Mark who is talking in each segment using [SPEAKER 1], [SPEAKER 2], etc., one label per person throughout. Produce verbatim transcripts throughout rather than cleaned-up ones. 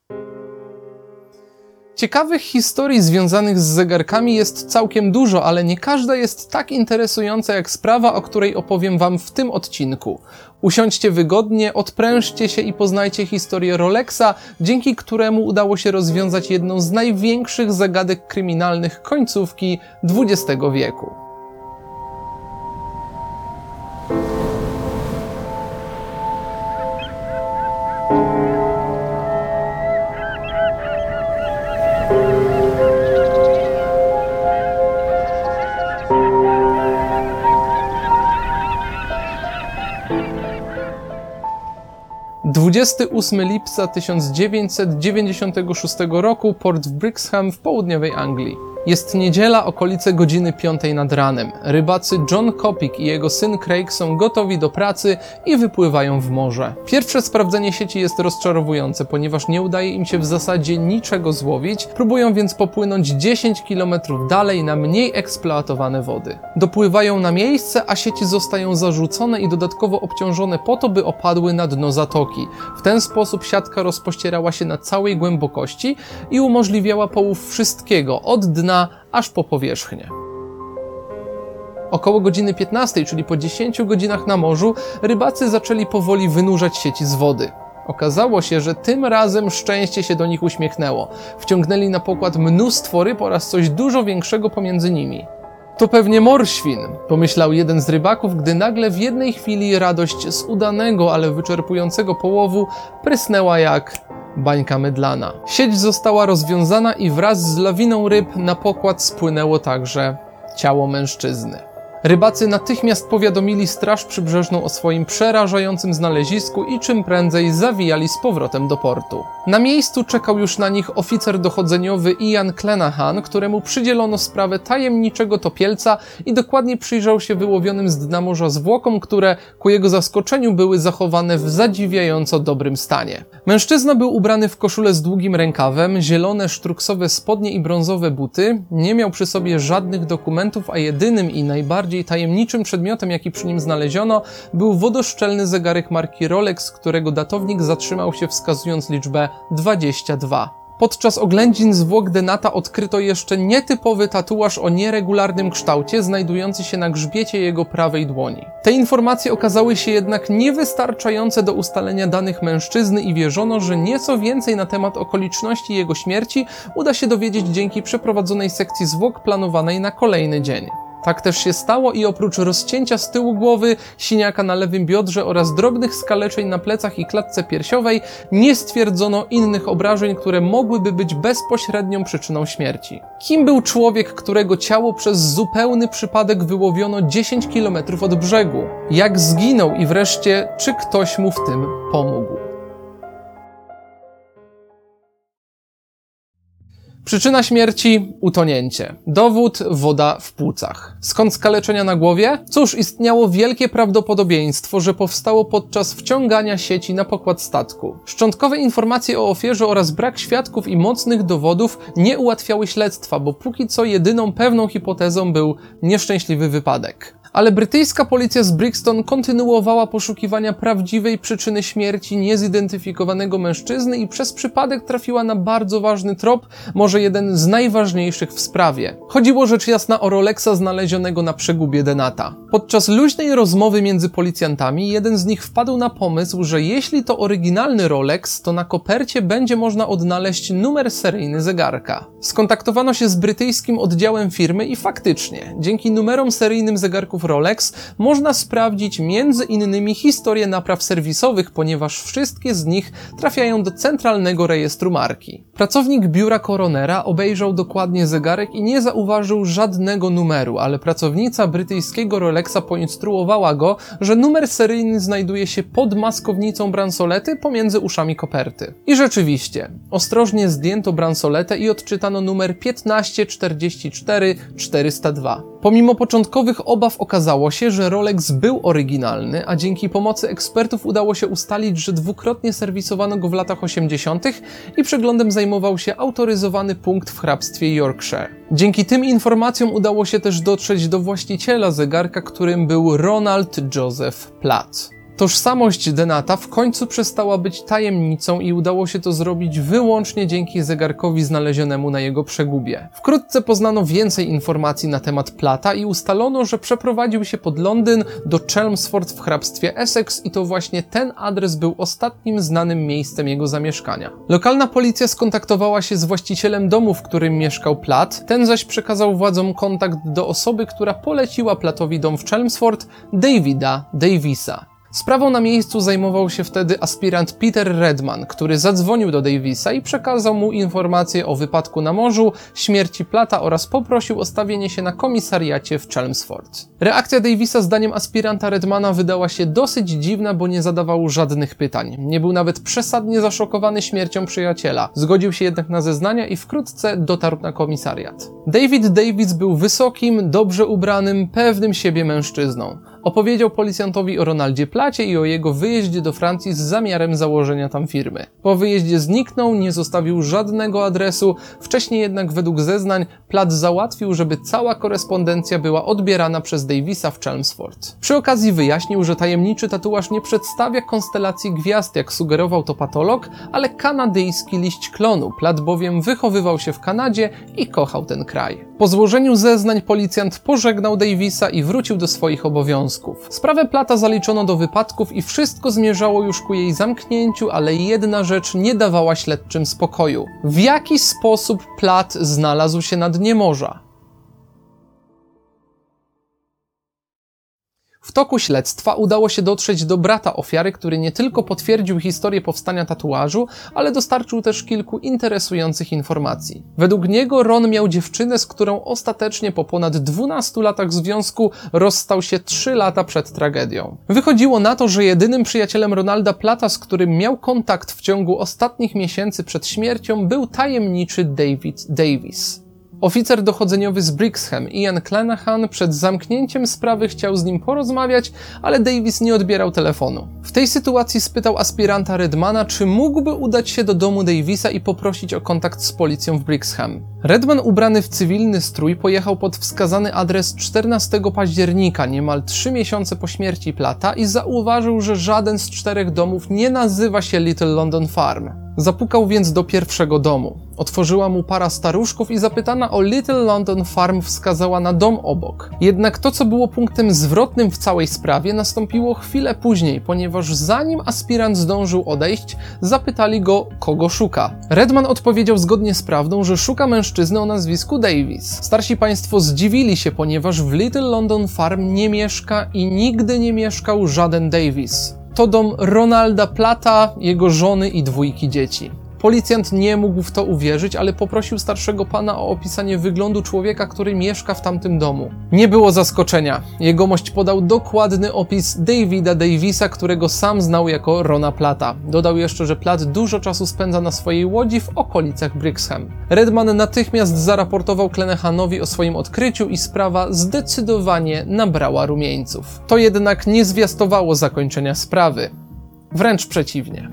[SPEAKER 1] Ciekawych historii związanych z zegarkami jest całkiem dużo, ale nie każda jest tak interesująca jak sprawa, o której opowiem wam w tym odcinku. Usiądźcie wygodnie, odprężcie się i poznajcie historię Rolexa, dzięki któremu udało się rozwiązać jedną z największych zagadek kryminalnych końcówki dwudziestego wieku. dwudziestego ósmego lipca tysiąc dziewięćset dziewięćdziesiątego szóstego roku, port w Brixham w południowej Anglii. Jest niedziela, okolice godziny piątej nad ranem. Rybacy John Kopik i jego syn Craig są gotowi do pracy i wypływają w morze. Pierwsze sprawdzenie sieci jest rozczarowujące, ponieważ nie udaje im się w zasadzie niczego złowić, próbują więc popłynąć dziesięć kilometrów dalej na mniej eksploatowane wody. Dopływają na miejsce, a sieci zostają zarzucone i dodatkowo obciążone po to, by opadły na dno zatoki. W ten sposób siatka rozpościerała się na całej głębokości i umożliwiała połów wszystkiego, od dna aż po powierzchnię. Około godziny piętnastej, czyli po dziesięciu godzinach na morzu, rybacy zaczęli powoli wynurzać sieci z wody. Okazało się, że tym razem szczęście się do nich uśmiechnęło. Wciągnęli na pokład mnóstwo ryb oraz coś dużo większego pomiędzy nimi. To pewnie morświn, pomyślał jeden z rybaków, gdy nagle w jednej chwili radość z udanego, ale wyczerpującego połowu prysnęła jak bańka mydlana. Sieć została rozwiązana i wraz z lawiną ryb na pokład spłynęło także ciało mężczyzny. Rybacy natychmiast powiadomili Straż Przybrzeżną o swoim przerażającym znalezisku i czym prędzej zawijali z powrotem do portu. Na miejscu czekał już na nich oficer dochodzeniowy Ian Clenahan, któremu przydzielono sprawę tajemniczego topielca i dokładnie przyjrzał się wyłowionym z dna morza zwłokom, które ku jego zaskoczeniu były zachowane w zadziwiająco dobrym stanie. Mężczyzna był ubrany w koszulę z długim rękawem, zielone sztruksowe spodnie i brązowe buty, nie miał przy sobie żadnych dokumentów, a jedynym i najbardziej tajemniczym przedmiotem, jaki przy nim znaleziono, był wodoszczelny zegarek marki Rolex, którego datownik zatrzymał się wskazując liczbę dwadzieścia dwa. Podczas oględzin zwłok Denata odkryto jeszcze nietypowy tatuaż o nieregularnym kształcie, znajdujący się na grzbiecie jego prawej dłoni. Te informacje okazały się jednak niewystarczające do ustalenia danych mężczyzny i wierzono, że nieco więcej na temat okoliczności jego śmierci uda się dowiedzieć dzięki przeprowadzonej sekcji zwłok planowanej na kolejny dzień. Tak też się stało i oprócz rozcięcia z tyłu głowy, siniaka na lewym biodrze oraz drobnych skaleczeń na plecach i klatce piersiowej nie stwierdzono innych obrażeń, które mogłyby być bezpośrednią przyczyną śmierci. Kim był człowiek, którego ciało przez zupełny przypadek wyłowiono dziesięć kilometrów od brzegu? Jak zginął i wreszcie, czy ktoś mu w tym pomógł? Przyczyna śmierci – utonięcie. Dowód – woda w płucach. Skąd skaleczenia na głowie? Cóż, istniało wielkie prawdopodobieństwo, że powstało podczas wciągania sieci na pokład statku. Szczątkowe informacje o ofierze oraz brak świadków i mocnych dowodów nie ułatwiały śledztwa, bo póki co jedyną pewną hipotezą był nieszczęśliwy wypadek. Ale brytyjska policja z Brixton kontynuowała poszukiwania prawdziwej przyczyny śmierci niezidentyfikowanego mężczyzny i przez przypadek trafiła na bardzo ważny trop, może jeden z najważniejszych w sprawie. Chodziło rzecz jasna o Rolexa znalezionego na przegubie Denata. Podczas luźnej rozmowy między policjantami jeden z nich wpadł na pomysł, że jeśli to oryginalny Rolex, to na kopercie będzie można odnaleźć numer seryjny zegarka. Skontaktowano się z brytyjskim oddziałem firmy i faktycznie, dzięki numerom seryjnym zegarków Rolex można sprawdzić między innymi historię napraw serwisowych, ponieważ wszystkie z nich trafiają do centralnego rejestru marki. Pracownik biura koronera obejrzał dokładnie zegarek i nie zauważył żadnego numeru, ale pracownica brytyjskiego Rolexa poinstruowała go, że numer seryjny znajduje się pod maskownicą bransolety pomiędzy uszami koperty. I rzeczywiście, ostrożnie zdjęto bransoletę i odczytano numer piętnaście czterdzieści cztery czterysta dwa. Pomimo początkowych obaw okazało się, że Rolex był oryginalny, a dzięki pomocy ekspertów udało się ustalić, że dwukrotnie serwisowano go w latach osiemdziesiątych i przeglądem zajmował się autoryzowany punkt w hrabstwie Yorkshire. Dzięki tym informacjom udało się też dotrzeć do właściciela zegarka, którym był Ronald Joseph Platt. Tożsamość Denata w końcu przestała być tajemnicą i udało się to zrobić wyłącznie dzięki zegarkowi znalezionemu na jego przegubie. Wkrótce poznano więcej informacji na temat Platta i ustalono, że przeprowadził się pod Londyn do Chelmsford w hrabstwie Essex i to właśnie ten adres był ostatnim znanym miejscem jego zamieszkania. Lokalna policja skontaktowała się z właścicielem domu, w którym mieszkał Platt, ten zaś przekazał władzom kontakt do osoby, która poleciła Plattowi dom w Chelmsford, Davida Davisa. Sprawą na miejscu zajmował się wtedy aspirant Peter Redman, który zadzwonił do Davisa i przekazał mu informacje o wypadku na morzu, śmierci Platta oraz poprosił o stawienie się na komisariacie w Chelmsford. Reakcja Davisa zdaniem aspiranta Redmana wydała się dosyć dziwna, bo nie zadawał żadnych pytań. Nie był nawet przesadnie zaszokowany śmiercią przyjaciela. Zgodził się jednak na zeznania i wkrótce dotarł na komisariat. David Davis był wysokim, dobrze ubranym, pewnym siebie mężczyzną. Opowiedział policjantowi o Ronaldzie Platcie i o jego wyjeździe do Francji z zamiarem założenia tam firmy. Po wyjeździe zniknął, nie zostawił żadnego adresu, wcześniej jednak według zeznań Platt załatwił, żeby cała korespondencja była odbierana przez Davisa w Chelmsford. Przy okazji wyjaśnił, że tajemniczy tatuaż nie przedstawia konstelacji gwiazd, jak sugerował to patolog, ale kanadyjski liść klonu. Platt bowiem wychowywał się w Kanadzie i kochał ten kraj. Po złożeniu zeznań policjant pożegnał Davisa i wrócił do swoich obowiązków. Sprawę Platta zaliczono do wypadków i wszystko zmierzało już ku jej zamknięciu, ale jedna rzecz nie dawała śledczym spokoju. W jaki sposób Platt znalazł się na dnie morza? W toku śledztwa udało się dotrzeć do brata ofiary, który nie tylko potwierdził historię powstania tatuażu, ale dostarczył też kilku interesujących informacji. Według niego Ron miał dziewczynę, z którą ostatecznie po ponad dwunastu latach związku rozstał się trzy lata przed tragedią. Wychodziło na to, że jedynym przyjacielem Ronalda Platta, z którym miał kontakt w ciągu ostatnich miesięcy przed śmiercią, był tajemniczy David Davis. Oficer dochodzeniowy z Brixham, Ian Clenachan, przed zamknięciem sprawy chciał z nim porozmawiać, ale Davis nie odbierał telefonu. W tej sytuacji spytał aspiranta Redmana, czy mógłby udać się do domu Davisa i poprosić o kontakt z policją w Brixham. Redman, ubrany w cywilny strój, pojechał pod wskazany adres czternastego października, niemal trzy miesiące po śmierci Platta, i zauważył, że żaden z czterech domów nie nazywa się Little London Farm. Zapukał więc do pierwszego domu. Otworzyła mu para staruszków i zapytana o Little London Farm wskazała na dom obok. Jednak to, co było punktem zwrotnym w całej sprawie, nastąpiło chwilę później, ponieważ zanim aspirant zdążył odejść, zapytali go, kogo szuka. Redman odpowiedział zgodnie z prawdą, że szuka mężczyzny o nazwisku Davis. Starsi państwo zdziwili się, ponieważ w Little London Farm nie mieszka i nigdy nie mieszkał żaden Davis. To dom Ronalda Platta, jego żony i dwójki dzieci. Policjant nie mógł w to uwierzyć, ale poprosił starszego pana o opisanie wyglądu człowieka, który mieszka w tamtym domu. Nie było zaskoczenia. Jegomość podał dokładny opis Davida Davisa, którego sam znał jako Rona Platta. Dodał jeszcze, że Platt dużo czasu spędza na swojej łodzi w okolicach Brixham. Redman natychmiast zaraportował Clenachanowi o swoim odkryciu i sprawa zdecydowanie nabrała rumieńców. To jednak nie zwiastowało zakończenia sprawy. Wręcz przeciwnie.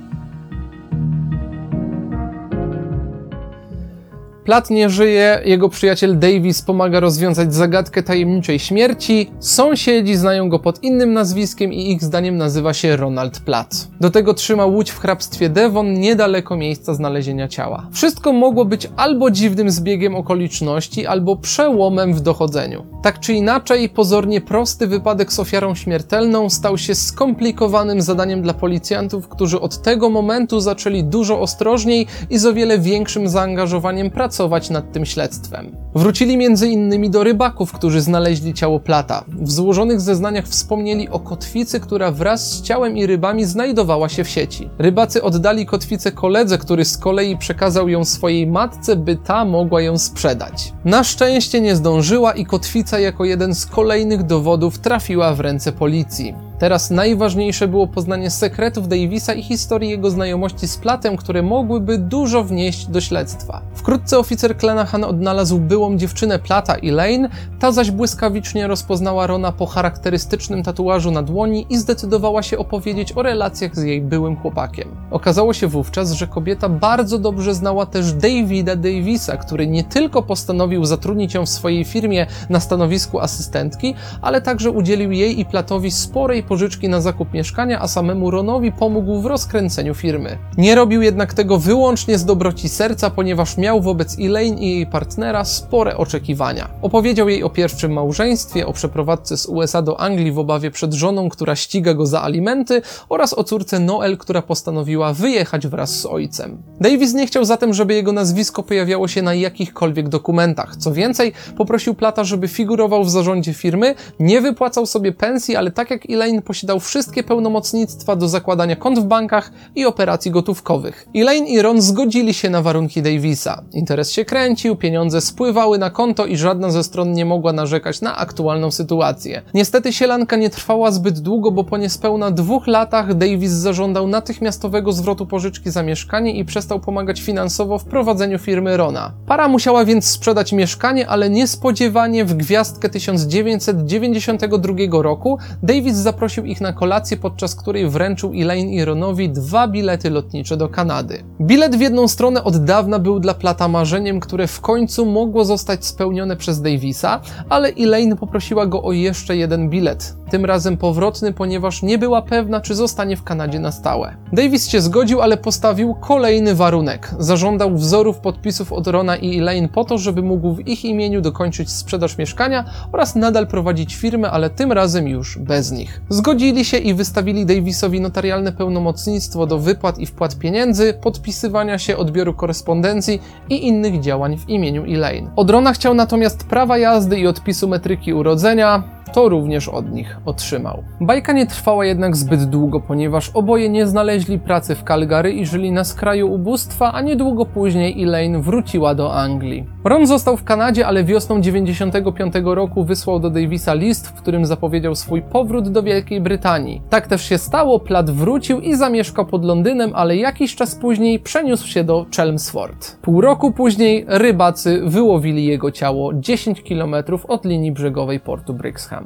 [SPEAKER 1] Platt nie żyje, jego przyjaciel Davis pomaga rozwiązać zagadkę tajemniczej śmierci, sąsiedzi znają go pod innym nazwiskiem i ich zdaniem nazywa się Ronald Platt. Do tego trzyma łódź w hrabstwie Devon, niedaleko miejsca znalezienia ciała. Wszystko mogło być albo dziwnym zbiegiem okoliczności, albo przełomem w dochodzeniu. Tak czy inaczej, pozornie prosty wypadek z ofiarą śmiertelną stał się skomplikowanym zadaniem dla policjantów, którzy od tego momentu zaczęli dużo ostrożniej i z o wiele większym zaangażowaniem pracować nad tym śledztwem. Wrócili między innymi do rybaków, którzy znaleźli ciało Platta. W złożonych zeznaniach wspomnieli o kotwicy, która wraz z ciałem i rybami znajdowała się w sieci. Rybacy oddali kotwicę koledze, który z kolei przekazał ją swojej matce, by ta mogła ją sprzedać. Na szczęście nie zdążyła i kotwica jako jeden z kolejnych dowodów trafiła w ręce policji. Teraz najważniejsze było poznanie sekretów Davisa i historii jego znajomości z Plattem, które mogłyby dużo wnieść do śledztwa. Wkrótce oficer Clenachan odnalazł byłą dziewczynę Platta, Elaine, ta zaś błyskawicznie rozpoznała Rona po charakterystycznym tatuażu na dłoni i zdecydowała się opowiedzieć o relacjach z jej byłym chłopakiem. Okazało się wówczas, że kobieta bardzo dobrze znała też Davida Davisa, który nie tylko postanowił zatrudnić ją w swojej firmie na stanowisku asystentki, ale także udzielił jej i Plattowi sporej pożyczki na zakup mieszkania, a samemu Ronowi pomógł w rozkręceniu firmy. Nie robił jednak tego wyłącznie z dobroci serca, ponieważ miał wobec Elaine i jej partnera spore oczekiwania. Opowiedział jej o pierwszym małżeństwie, o przeprowadzce z U S A do Anglii w obawie przed żoną, która ściga go za alimenty, oraz o córce Noel, która postanowiła wyjechać wraz z ojcem. Davis nie chciał zatem, żeby jego nazwisko pojawiało się na jakichkolwiek dokumentach. Co więcej, poprosił Platta, żeby figurował w zarządzie firmy, nie wypłacał sobie pensji, ale tak jak Elaine posiadał wszystkie pełnomocnictwa do zakładania kont w bankach i operacji gotówkowych. Elaine i Ron zgodzili się na warunki Davisa. Interes się kręcił, pieniądze spływały na konto i żadna ze stron nie mogła narzekać na aktualną sytuację. Niestety sielanka nie trwała zbyt długo, bo po niespełna dwóch latach Davis zażądał natychmiastowego zwrotu pożyczki za mieszkanie i przestał pomagać finansowo w prowadzeniu firmy Rona. Para musiała więc sprzedać mieszkanie, ale niespodziewanie w gwiazdkę tysiąc dziewięćset dziewięćdziesiątego drugiego roku Davis zaprosił ich na kolację, podczas której wręczył Elaine i Ronowi dwa bilety lotnicze do Kanady. Bilet w jedną stronę od dawna był dla Platta marzeniem, które w końcu mogło zostać spełnione przez Davisa, ale Elaine poprosiła go o jeszcze jeden bilet. Tym razem powrotny, ponieważ nie była pewna, czy zostanie w Kanadzie na stałe. Davis się zgodził, ale postawił kolejny warunek. Zażądał wzorów podpisów od Rona i Elaine po to, żeby mógł w ich imieniu dokończyć sprzedaż mieszkania oraz nadal prowadzić firmę, ale tym razem już bez nich. Zgodzili się i wystawili Davisowi notarialne pełnomocnictwo do wypłat i wpłat pieniędzy, podpisywania się, odbioru korespondencji i innych działań w imieniu Elaine. Od Rona chciał natomiast prawa jazdy i odpisu metryki urodzenia. To również od nich otrzymał. Bajka nie trwała jednak zbyt długo, ponieważ oboje nie znaleźli pracy w Calgary i żyli na skraju ubóstwa, a niedługo później Elaine wróciła do Anglii. Ron został w Kanadzie, ale wiosną dziewięćdziesiątego piątego roku wysłał do Davisa list, w którym zapowiedział swój powrót do Wielkiej Brytanii. Tak też się stało, Platt wrócił i zamieszkał pod Londynem, ale jakiś czas później przeniósł się do Chelmsford. Pół roku później rybacy wyłowili jego ciało dziesięć kilometrów od linii brzegowej portu Brixham.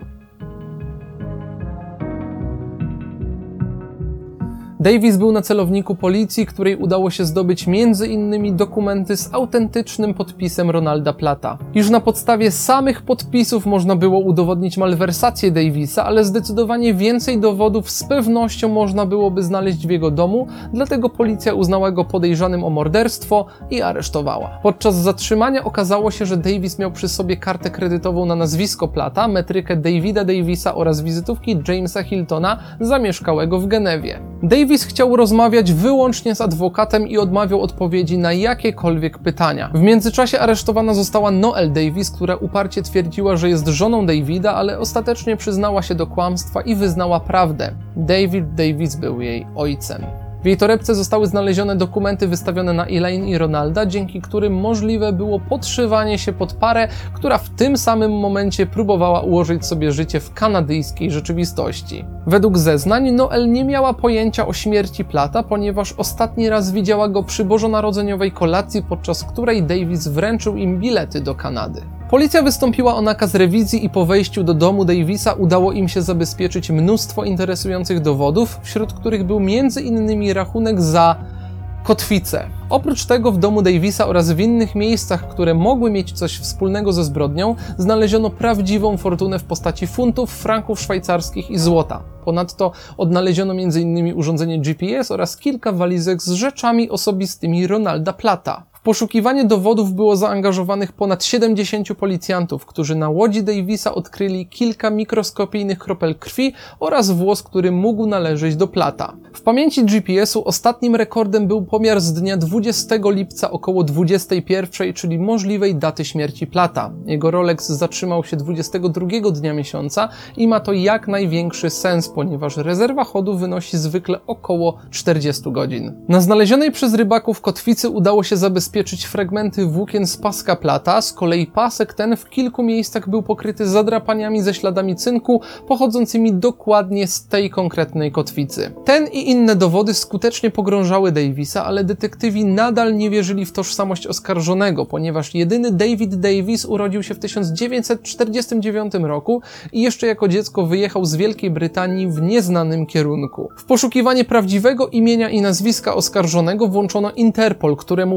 [SPEAKER 1] Davis był na celowniku policji, której udało się zdobyć między innymi dokumenty z autentycznym podpisem Ronalda Platta. Już na podstawie samych podpisów można było udowodnić malwersację Davisa, ale zdecydowanie więcej dowodów z pewnością można byłoby znaleźć w jego domu, dlatego policja uznała go podejrzanym o morderstwo i aresztowała. Podczas zatrzymania okazało się, że Davis miał przy sobie kartę kredytową na nazwisko Platta, metrykę Davida Davisa oraz wizytówki Jamesa Hiltona zamieszkałego w Genewie. Davis chciał rozmawiać wyłącznie z adwokatem i odmawiał odpowiedzi na jakiekolwiek pytania. W międzyczasie aresztowana została Noel Davis, która uparcie twierdziła, że jest żoną Davida, ale ostatecznie przyznała się do kłamstwa i wyznała prawdę. David Davis był jej ojcem. W jej torebce zostały znalezione dokumenty wystawione na Elaine i Ronalda, dzięki którym możliwe było podszywanie się pod parę, która w tym samym momencie próbowała ułożyć sobie życie w kanadyjskiej rzeczywistości. Według zeznań Noel nie miała pojęcia o śmierci Platta, ponieważ ostatni raz widziała go przy bożonarodzeniowej kolacji, podczas której Davis wręczył im bilety do Kanady. Policja wystąpiła o nakaz rewizji i po wejściu do domu Davisa udało im się zabezpieczyć mnóstwo interesujących dowodów, wśród których był między innymi rachunek za kotwicę. Oprócz tego w domu Davisa oraz w innych miejscach, które mogły mieć coś wspólnego ze zbrodnią, znaleziono prawdziwą fortunę w postaci funtów, franków szwajcarskich i złota. Ponadto odnaleziono między innymi urządzenie G P S oraz kilka walizek z rzeczami osobistymi Ronalda Platta. W poszukiwanie dowodów było zaangażowanych ponad siedemdziesięciu policjantów, którzy na łodzi Davisa odkryli kilka mikroskopijnych kropel krwi oraz włos, który mógł należeć do Platta. W pamięci G P S u ostatnim rekordem był pomiar z dnia dwudziestego lipca około dwudziestej pierwszej, czyli możliwej daty śmierci Platta. Jego Rolex zatrzymał się dwudziestego drugiego dnia miesiąca i ma to jak największy sens, ponieważ rezerwa chodu wynosi zwykle około czterdziestu godzin. Na znalezionej przez rybaków kotwicy udało się zabezpieczyć fragmenty włókien z paska Platta, z kolei pasek ten w kilku miejscach był pokryty zadrapaniami ze śladami cynku pochodzącymi dokładnie z tej konkretnej kotwicy. Ten i inne dowody skutecznie pogrążały Davisa, ale detektywi nadal nie wierzyli w tożsamość oskarżonego, ponieważ jedyny David Davis urodził się w tysiąc dziewięćset czterdziestym dziewiątym roku i jeszcze jako dziecko wyjechał z Wielkiej Brytanii w nieznanym kierunku. W poszukiwanie prawdziwego imienia i nazwiska oskarżonego włączono Interpol, któremu przekazano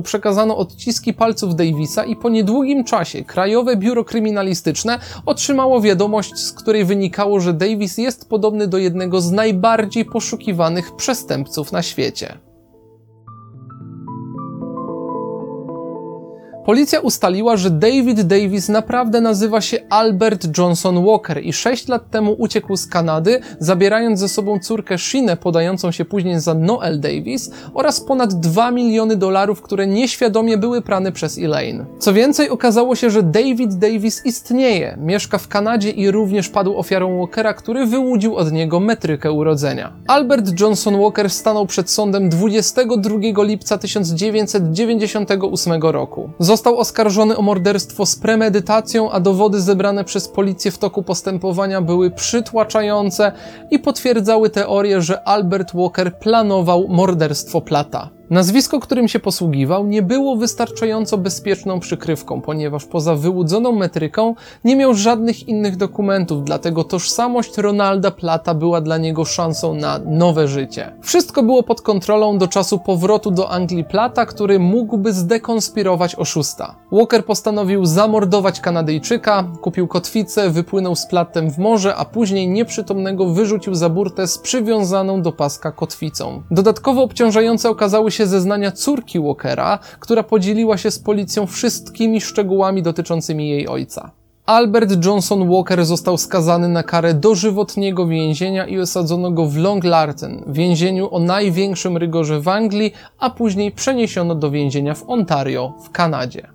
[SPEAKER 1] zbadano odciski palców Davisa i po niedługim czasie Krajowe Biuro Kryminalistyczne otrzymało wiadomość, z której wynikało, że Davis jest podobny do jednego z najbardziej poszukiwanych przestępców na świecie. Policja ustaliła, że David Davis naprawdę nazywa się Albert Johnson Walker i sześć lat temu uciekł z Kanady, zabierając ze sobą córkę Shinę, podającą się później za Noel Davis, oraz ponad dwa miliony dolarów, które nieświadomie były prane przez Elaine. Co więcej, okazało się, że David Davis istnieje, mieszka w Kanadzie i również padł ofiarą Walkera, który wyłudził od niego metrykę urodzenia. Albert Johnson Walker stanął przed sądem dwudziestego drugiego lipca tysiąc dziewięćset dziewięćdziesiątego ósmego roku. Został oskarżony o morderstwo z premedytacją, a dowody zebrane przez policję w toku postępowania były przytłaczające i potwierdzały teorię, że Albert Walker planował morderstwo Platta. Nazwisko, którym się posługiwał, nie było wystarczająco bezpieczną przykrywką, ponieważ poza wyłudzoną metryką nie miał żadnych innych dokumentów, dlatego tożsamość Ronalda Platta była dla niego szansą na nowe życie. Wszystko było pod kontrolą do czasu powrotu do Anglii Platta, który mógłby zdekonspirować oszusta. Walker postanowił zamordować Kanadyjczyka, kupił kotwicę, wypłynął z Plattem w morze, a później nieprzytomnego wyrzucił za burtę z przywiązaną do paska kotwicą. Dodatkowo obciążające okazały się zeznania córki Walkera, która podzieliła się z policją wszystkimi szczegółami dotyczącymi jej ojca. Albert Johnson Walker został skazany na karę dożywotniego więzienia i osadzono go w Long Lartin, więzieniu o największym rygorze w Anglii, a później przeniesiono do więzienia w Ontario w Kanadzie.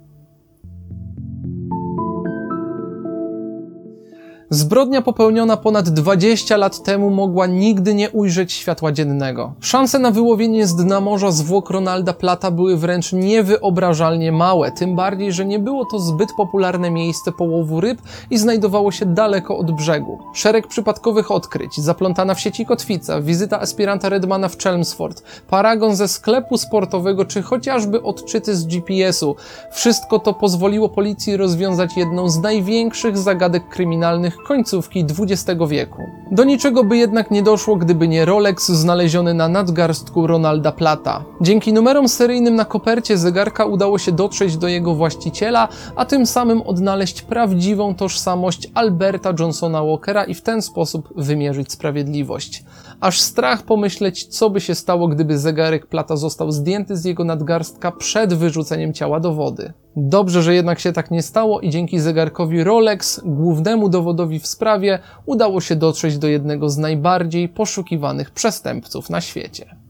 [SPEAKER 1] Zbrodnia popełniona ponad dwadzieścia lat temu mogła nigdy nie ujrzeć światła dziennego. Szanse na wyłowienie z dna morza zwłok Ronalda Platta były wręcz niewyobrażalnie małe, tym bardziej, że nie było to zbyt popularne miejsce połowu ryb i znajdowało się daleko od brzegu. Szereg przypadkowych odkryć, zaplątana w sieci kotwica, wizyta aspiranta Redmana w Chelmsford, paragon ze sklepu sportowego czy chociażby odczyty z G P S u. Wszystko to pozwoliło policji rozwiązać jedną z największych zagadek kryminalnych końcówki dwudziestego wieku. Do niczego by jednak nie doszło, gdyby nie Rolex znaleziony na nadgarstku Ronalda Platta. Dzięki numerom seryjnym na kopercie zegarka udało się dotrzeć do jego właściciela, a tym samym odnaleźć prawdziwą tożsamość Alberta Johnsona Walkera i w ten sposób wymierzyć sprawiedliwość. Aż strach pomyśleć, co by się stało, gdyby zegarek Platta został zdjęty z jego nadgarstka przed wyrzuceniem ciała do wody. Dobrze, że jednak się tak nie stało i dzięki zegarkowi Rolex, głównemu dowodowi w sprawie, udało się dotrzeć do jednego z najbardziej poszukiwanych przestępców na świecie.